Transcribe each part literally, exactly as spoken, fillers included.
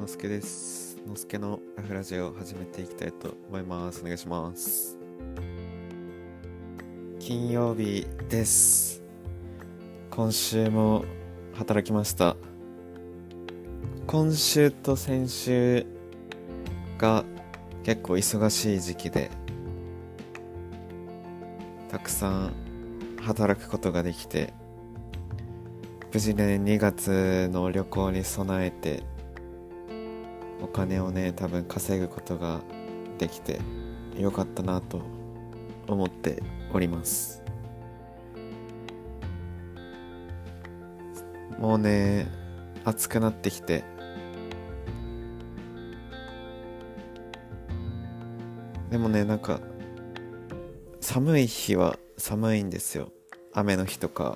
すけです。のすけのラフラジオを始めていきたいと思います。お願いします。金曜日です。今週も働きました。今週と先週が結構忙しい時期で、たくさん働くことができて、無事ねにがつの旅行に備えてお金をね多分稼ぐことができてよかったなと思っております。もうね暑くなってきて、でもねなんか寒い日は寒いんですよ。雨の日とか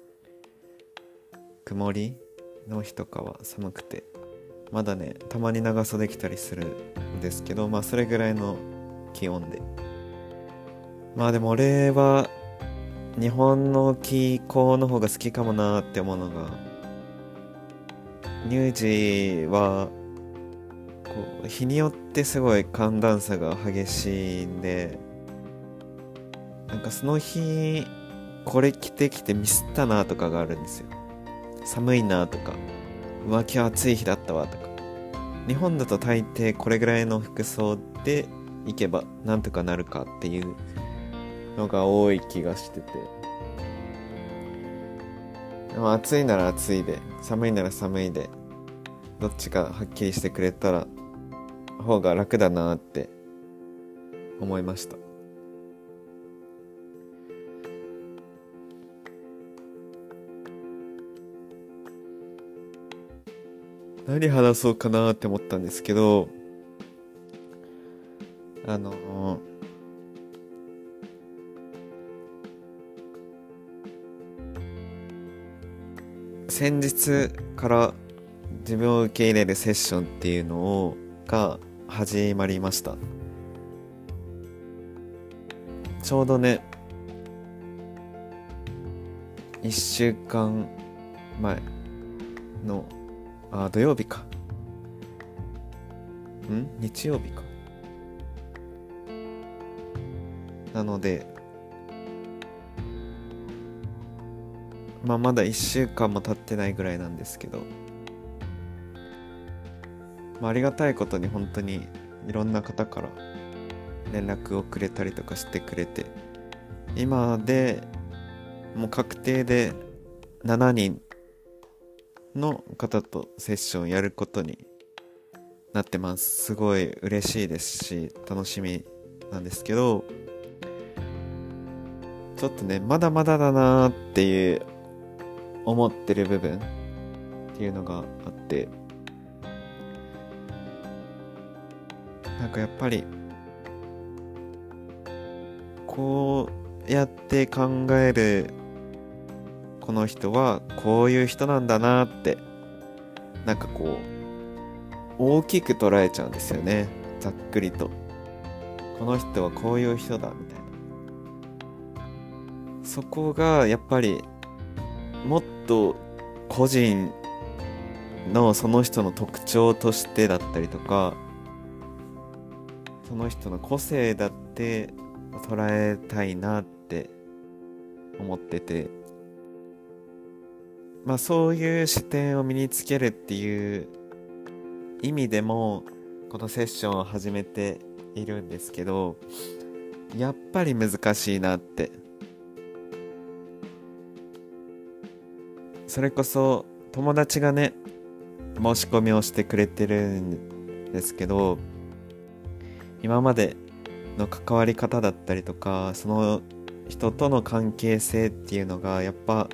曇りの日とかは寒くて、まだねたまに長袖着たりするんですけど、まあそれぐらいの気温で、まあでも俺は日本の気候の方が好きかもなって思うのが、乳児はこう日によってすごい寒暖差が激しいんで、なんかその日これ着てきてミスったなとかがあるんですよ。寒いなとか、うわ今日暑い日だったわとか。日本だと大抵これぐらいの服装で行けばなんとかなるかっていうのが多い気がしてて、でも暑いなら暑いで、寒いなら寒いで、どっちかはっきりしてくれたら方が楽だなって思いました。何話そうかなって思ったんですけど、あのー、先日から自分を受け入れるセッションっていうのをが始まりました。ちょうどねいっしゅうかんまえのあ土曜日かん日曜日かなので、まあまだいっしゅうかんも経ってないぐらいなんですけど、まあ、ありがたいことに本当にいろんな方から連絡をくれたりとかしてくれて、今でもう確定でしちにんの方とセッションやることになってます。すごい嬉しいですし楽しみなんですけど、ちょっとねまだまだだなーっていう思ってる部分っていうのがあって、なんかやっぱりこうやって考えるこの人はこういう人なんだなって、なんかこう大きく捉えちゃうんですよね。ざっくりとこの人はこういう人だみたいな。そこがやっぱりもっと個人のその人の特徴としてだったりとか、その人の個性だって捉えたいなって思ってて、まあそういう視点を身につけるっていう意味でもこのセッションを始めているんですけど、やっぱり難しいなって。それこそ友達がね申し込みをしてくれてるんですけど、今までの関わり方だったりとか、その人との関係性っていうのがやっぱ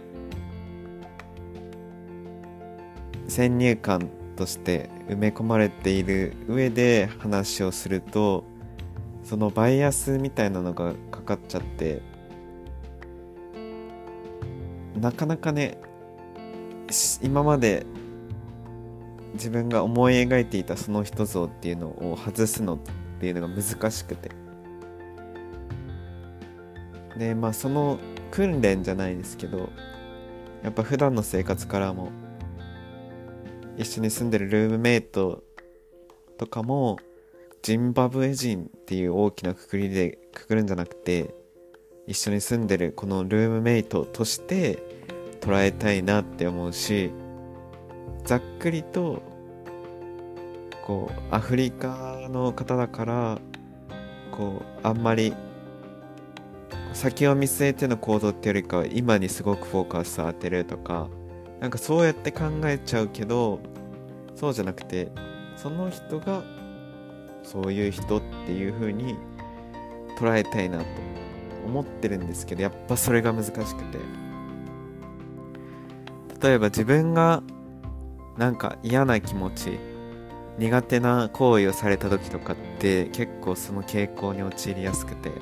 先入観として埋め込まれている上で話をすると、そのバイアスみたいなのがかかっちゃって、なかなかね今まで自分が思い描いていたその人像っていうのを外すのっていうのが難しくて、でまあその訓練じゃないですけど、やっぱ普段の生活からも一緒に住んでるルームメイトとかもジンバブエ人っていう大きなくくりでくくるんじゃなくて、一緒に住んでるこのルームメイトとして捉えたいなって思うし、ざっくりとこうアフリカの方だからこうあんまり先を見据えての行動ってよりかは今にすごくフォーカスを当てるとか、なんかそうやって考えちゃうけど、そうじゃなくてその人がそういう人っていう風に捉えたいなと思ってるんですけど、やっぱそれが難しくて、例えば自分がなんか嫌な気持ち、苦手な行為をされた時とかって結構その傾向に陥りやすくて、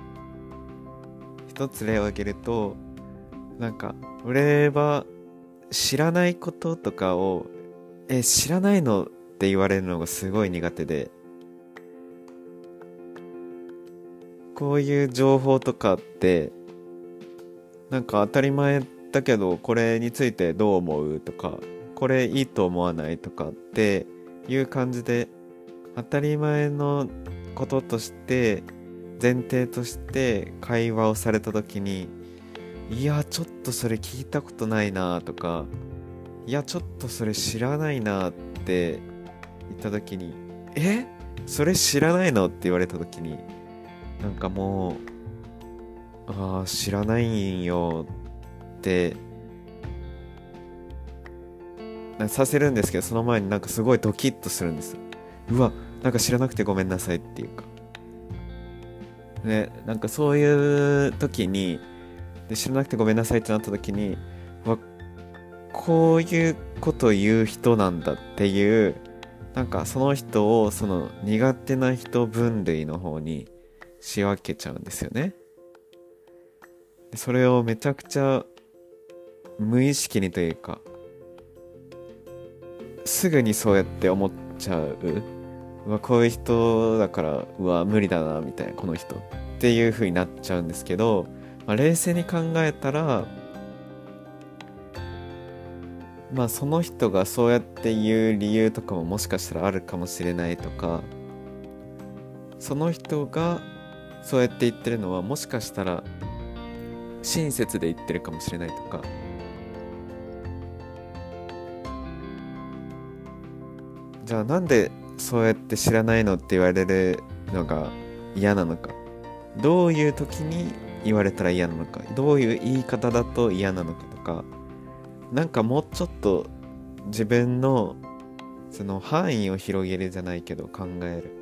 一つ例を挙げると、なんか俺は知らないこととかをえ知らないのって言われるのがすごい苦手で、こういう情報とかってなんか当たり前だけど、これについてどう思うとか、これいいと思わないとかっていう感じで当たり前のこととして前提として会話をされた時に、いやちょっとそれ聞いたことないなとか、いやちょっとそれ知らないなって言った時に、えそれ知らないのって言われた時に、なんかもうああ知らないんよってさせるんですけど、その前になんかすごいドキッとするんです。うわなんか知らなくてごめんなさいっていうかね、なんかそういう時にで知らなくてごめんなさいってなった時に、わこういうこと言う人なんだっていう、なんかその人をその苦手な人分類の方に仕分けちゃうんですよね。でそれをめちゃくちゃ無意識にというかすぐにそうやって思っちゃう。うわこういう人だからうわ無理だなみたいな、この人っていう風になっちゃうんですけど、まあ、冷静に考えたら、まあその人がそうやって言う理由とかももしかしたらあるかもしれないとか、その人がそうやって言ってるのはもしかしたら親切で言ってるかもしれないとか、じゃあなんでそうやって知らないのって言われるのが嫌なのか、どういう時に言われたら嫌なのか、どういう言い方だと嫌なのかとか、なんかもうちょっと自分のその範囲を広げるじゃないけど考える、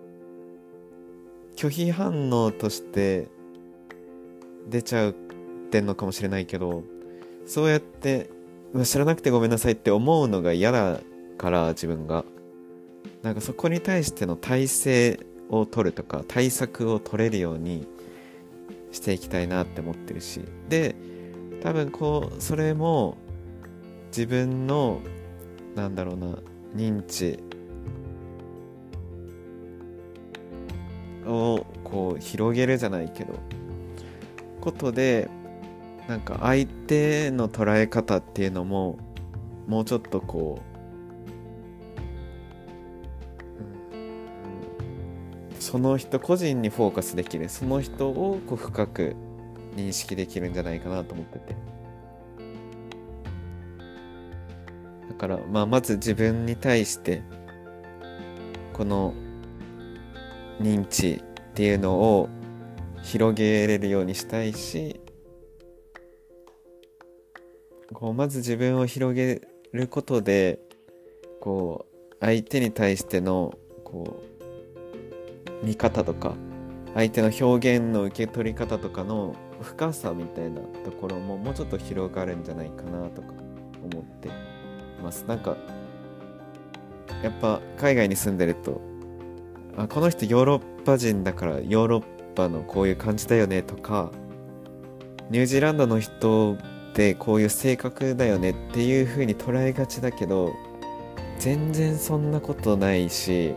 拒否反応として出ちゃうってんのかもしれないけど、そうやって知らなくてごめんなさいって思うのが嫌だから、自分がなんかそこに対しての体制を取るとか対策を取れるようにしていきたいなって思ってるし、で多分こうそれも自分のなんだろうな認知をこう広げるじゃないけどことで、なんか相手の捉え方っていうのももうちょっとこうその人個人にフォーカスできる、その人をこう深く認識できるんじゃないかなと思ってて、だからまあまず自分に対してこの認知っていうのを広げれるようにしたいし、こうまず自分を広げることでこう相手に対してのこう見方とか相手の表現の受け取り方とかの深さみたいなところももうちょっと広がるんじゃないかなとか思っています。なんかやっぱ海外に住んでると、あこの人ヨーロッパ人だからヨーロッパのこういう感じだよねとか、ニュージーランドの人ってこういう性格だよねっていう風に捉えがちだけど、全然そんなことないし、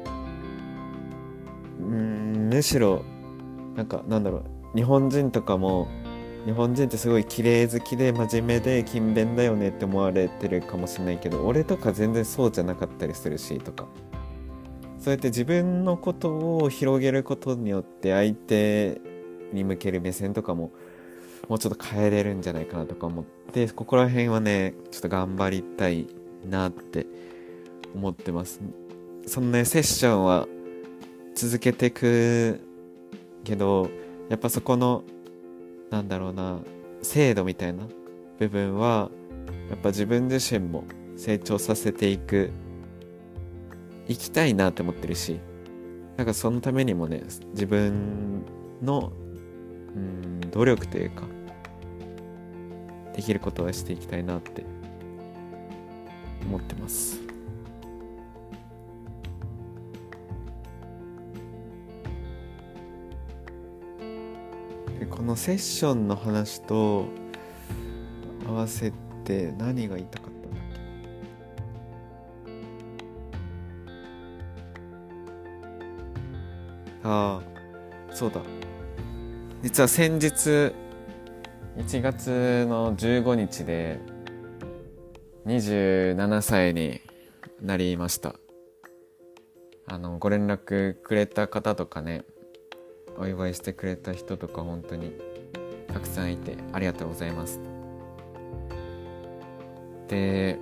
うーんむしろなんかなんだろう、日本人とかも日本人ってすごい綺麗好きで真面目で勤勉だよねって思われてるかもしれないけど、俺とか全然そうじゃなかったりするしとか、 そうやって自分のことを広げることによって相手に向ける目線とかももうちょっと変えれるんじゃないかなとか思って、ここら辺はねちょっと頑張りたいなって思ってます。そのねセッションは続けていくけど、やっぱそこのなんだろうな精度みたいな部分はやっぱ自分自身も成長させていく行きたいなって思ってるし、なんかそのためにもね自分のうん努力というかできることはしていきたいなって思ってます。でこのセッションの話と合わせて何が言いたかったんだっけ。ああそうだ、実は先日いちがつのじゅうごにちでにじゅうななさいになりました。あのご連絡くれた方とかね、お祝いしてくれた人とか本当にたくさんいてありがとうございます。で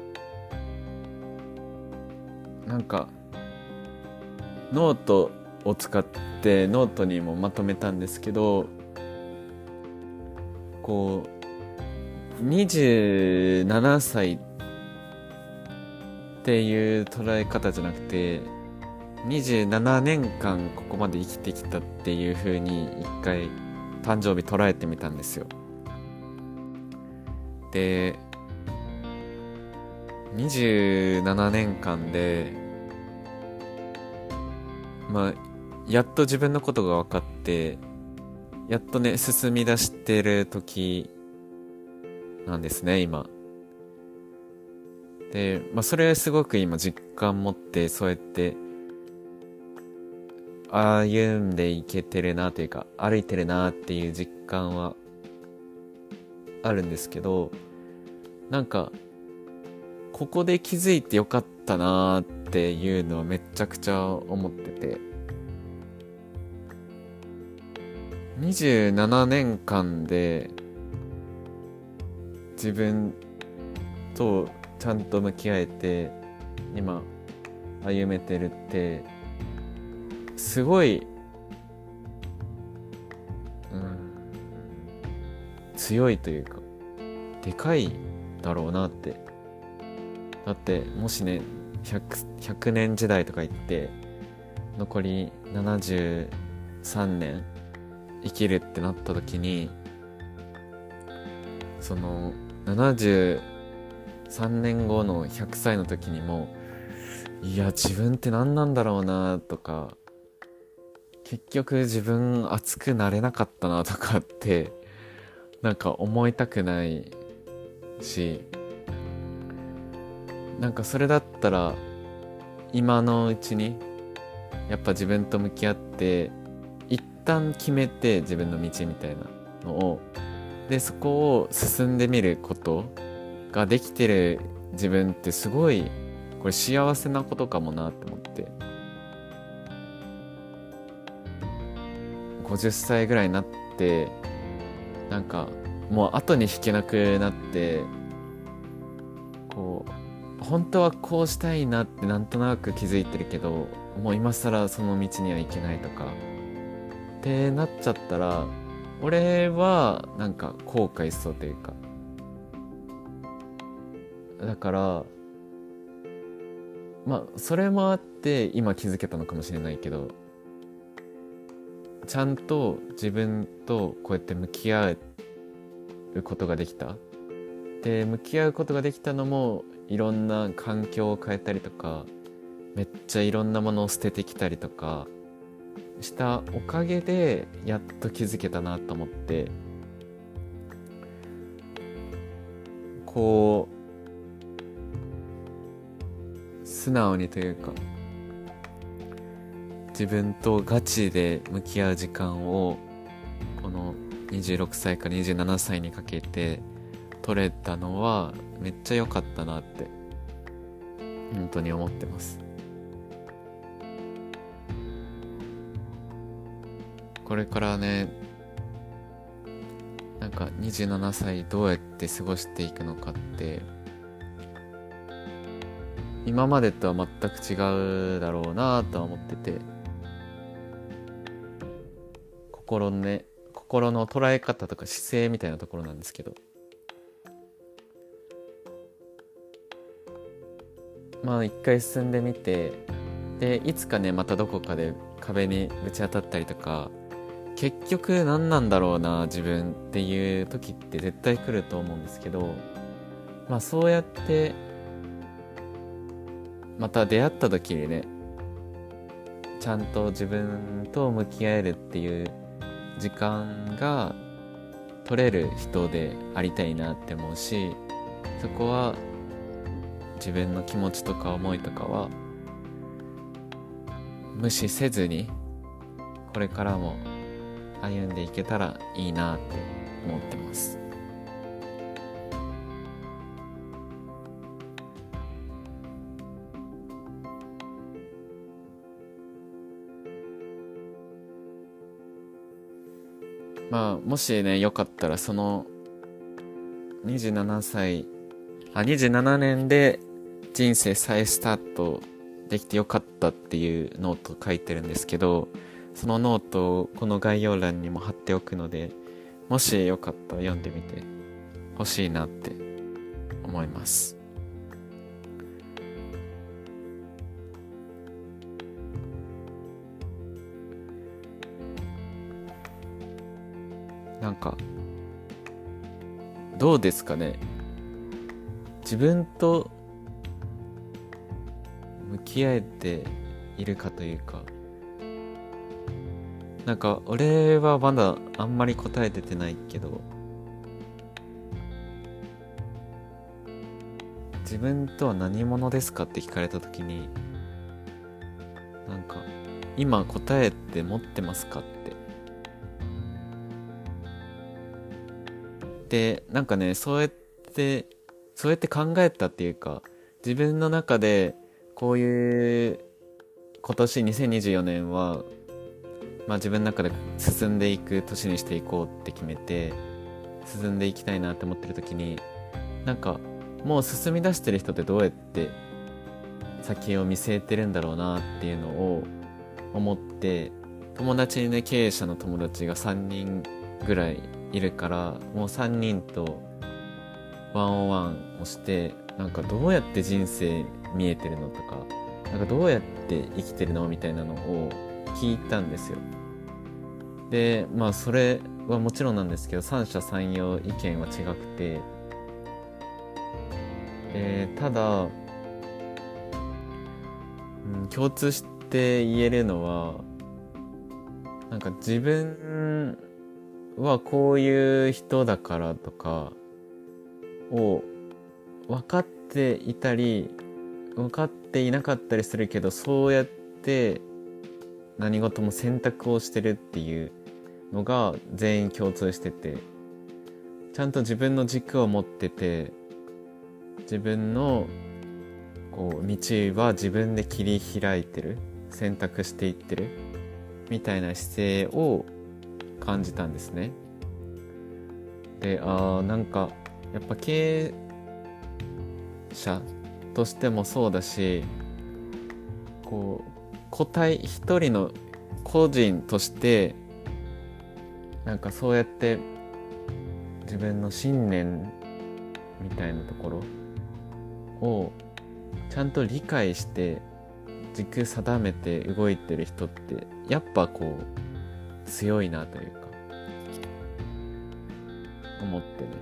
なんかノートを使ってノートにもまとめたんですけど、こうにじゅうななさいっていう捉え方じゃなくてにじゅうななねんかんここまで生きてきたっていう風に一回誕生日捉えてみたんですよ。でにじゅうななねんかんでまあやっと自分のことが分かって、やっとね進み出してる時なんですね今で、まあそれすごく今実感持って、そうやって歩んでいけてるなというか歩いてるなっていう実感はあるんですけど、なんかここで気づいてよかったなっていうのはめちゃくちゃ思ってて、にじゅうななねんかんで自分とちゃんと向き合えて今歩めてるってすごい、うん、強いというかでかいだろうなって。だってもしね ひゃく, ひゃくねん時代とか言って残りななじゅうさんねん生きるってなった時に、そのななじゅうさんねんごのひゃくさいの時にもいや自分って何なんだろうなとか、結局自分熱くなれなかったなとかってなんか思いたくないし、なんかそれだったら今のうちにやっぱ自分と向き合って一旦決めて自分の道みたいなのをでそこを進んでみることができてる自分ってすごいこれ幸せなことかもなって思って、ごじゅっさいぐらいになってなんかもう後に引けなくなって、こう本当はこうしたいなってなんとなく気づいてるけどもう今更その道には行けないとかってなっちゃったら、俺はなんか後悔しそうというか、だからまあそれもあって今気づけたのかもしれないけど、ちゃんと自分とこうやって向き合うことができた。で向き合うことができたのもいろんな環境を変えたりとかめっちゃいろんなものを捨ててきたりとかしたおかげでやっと気づけたなと思って、こう素直にというか自分とガチで向き合う時間をこのにじゅうろくさいからにじゅうななさいにかけて取れたのはめっちゃ良かったなって本当に思ってます。 これからね、なんかにじゅうななさいどうやって過ごしていくのかって今までとは全く違うだろうなとは思ってて、心のね心の捉え方とか姿勢みたいなところなんですけど、まあ一回進んでみて、でいつかねまたどこかで壁にぶち当たったりとか、結局何なんだろうな自分っていう時って絶対来ると思うんですけど、まあそうやってまた出会った時にね、ちゃんと自分と向き合えるっていう時間が取れる人でありたいなって思うし、そこは自分の気持ちとか思いとかは無視せずにこれからも歩んでいけたらいいなって思ってます。まあもしねよかったらそのにじゅうななさいあにじゅうななねんで人生再スタートできてよかったっていうノート書いてるんですけど、そのノートをこの概要欄にも貼っておくので、もしよかったら読んでみてほしいなって思います。なんかどうですかね、自分と向き合えているかというか、なんか俺はまだあんまり答え出てないけど、自分とは何者ですかって聞かれた時に、なんか今答えって持ってますかって。でなんかね、そうやってそうやって考えたっていうか、自分の中でこういう今年にせんにじゅうよねんはまあ自分の中で進んでいく年にしていこうって決めて進んでいきたいなって思ってる時に、なんかもう進み出してる人ってどうやって先を見据えてるんだろうなっていうのを思って、友達にね経営者の友達がさんにんぐらいいるから、もうさんにんとワンオンワンをして、なんかどうやって人生見えてるのとか、なんかどうやって生きてるのみたいなのを聞いたんですよ。でまあそれはもちろんなんですけど、三者三様意見は違くて、えー、ただ、うん、共通して言えるのは、なんか自分はこういう人だからとかを分かっていたり分かっていなかったりするけど、そうやって何事も選択をしてるっていうのが全員共通してて、ちゃんと自分の軸を持ってて、自分のこう道は自分で切り開いてる、選択していってるみたいな姿勢を感じたんですね。で、あーなんかやっぱ経営者としてもそうだし、こう個体一人の個人としてなんかそうやって自分の信念みたいなところをちゃんと理解して軸定めて動いてる人ってやっぱこう強いなというか思ってね。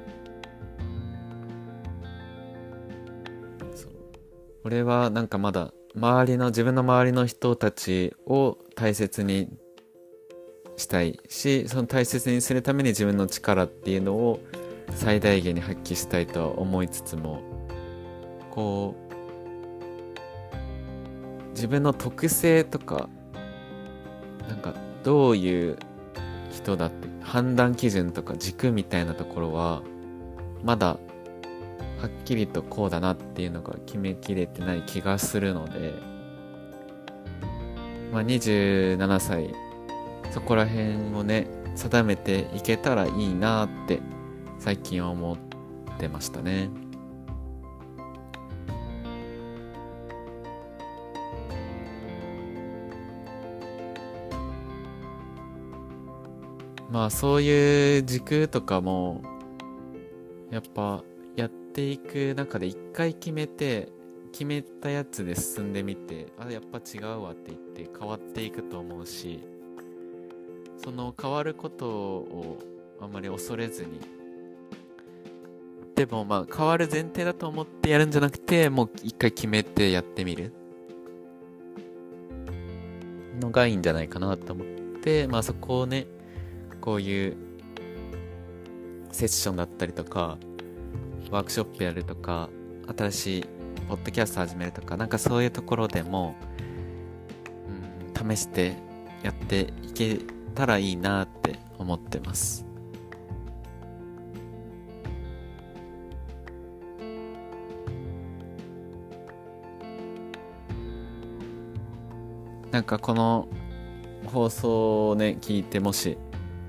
そう、俺はなんかまだ周りの自分の周りの人たちを大切にしたいし、その大切にするために自分の力っていうのを最大限に発揮したいとは思いつつも、こう自分の特性とか、なんかどういう人だって判断基準とか軸みたいなところはまだはっきりとこうだなっていうのが決めきれてない気がするので、まあ、にじゅうななさいそこら辺をね定めていけたらいいなって最近は思ってましたね。まあそういう軸とかもやっぱやっていく中で一回決めて決めたやつで進んでみて、あやっぱ違うわって言って変わっていくと思うし、その変わることをあんまり恐れずに、でもまあ変わる前提だと思ってやるんじゃなくて、もう一回決めてやってみるのがいいんじゃないかなと思って、まあそこをねこういうセッションだったりとかワークショップやるとか新しいポッドキャスト始めるとか、なんかそういうところでも、うん、試してやっていけたらいいなって思ってます。なんかこの放送をね聞いて、もし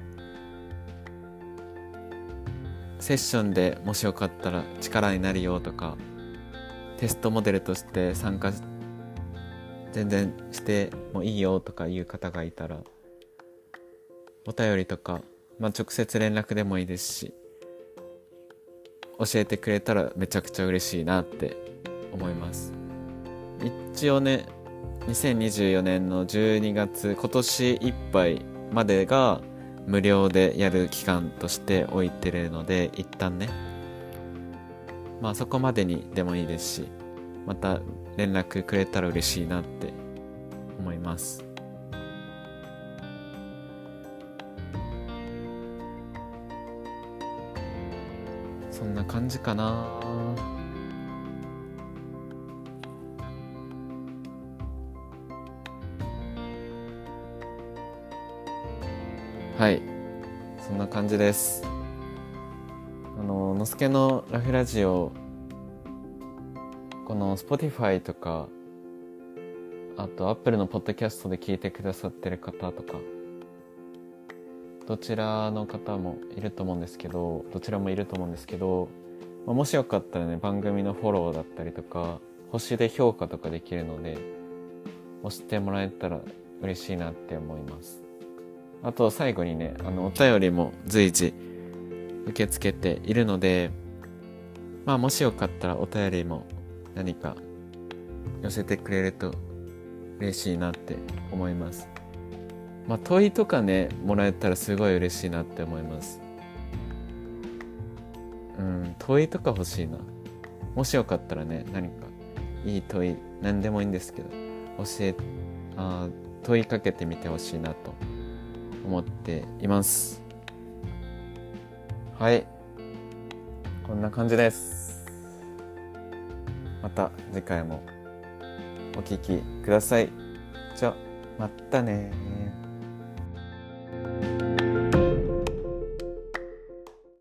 セッションでもしよかったら力になるよとか、テストモデルとして参加全然してもいいよとかいう方がいたら、お便りとか、まあ、直接連絡でもいいですし、教えてくれたらめちゃくちゃ嬉しいなって思います。一応ねにせんにじゅうよねんのじゅうにがつ、今年いっぱいまでが無料でやる期間として置いてるので、一旦ねまあそこまでにでもいいですし、また連絡くれたら嬉しいなって思います。そんな感じかな。はい、そんな感じです。あののすけのラフラジオ、この Spotify とかあと Apple のポッドキャストで聞いてくださってる方とか、どちらの方もいると思うんですけどどちらもいると思うんですけど、まあ、もしよかったらね番組のフォローだったりとか星で評価とかできるので押してもらえたら嬉しいなって思います。あと最後にね、あのお便りも随時受け付けているので、まあもしよかったらお便りも何か寄せてくれると嬉しいなって思います。まあ問いとかねもらえたらすごい嬉しいなって思います。うん問いとか欲しいな。もしよかったらね何かいい問い何でもいいんですけど教えあ問いかけてみてほしいなと思っています。はい、こんな感じです。また次回もお聞きください。じゃあまたね。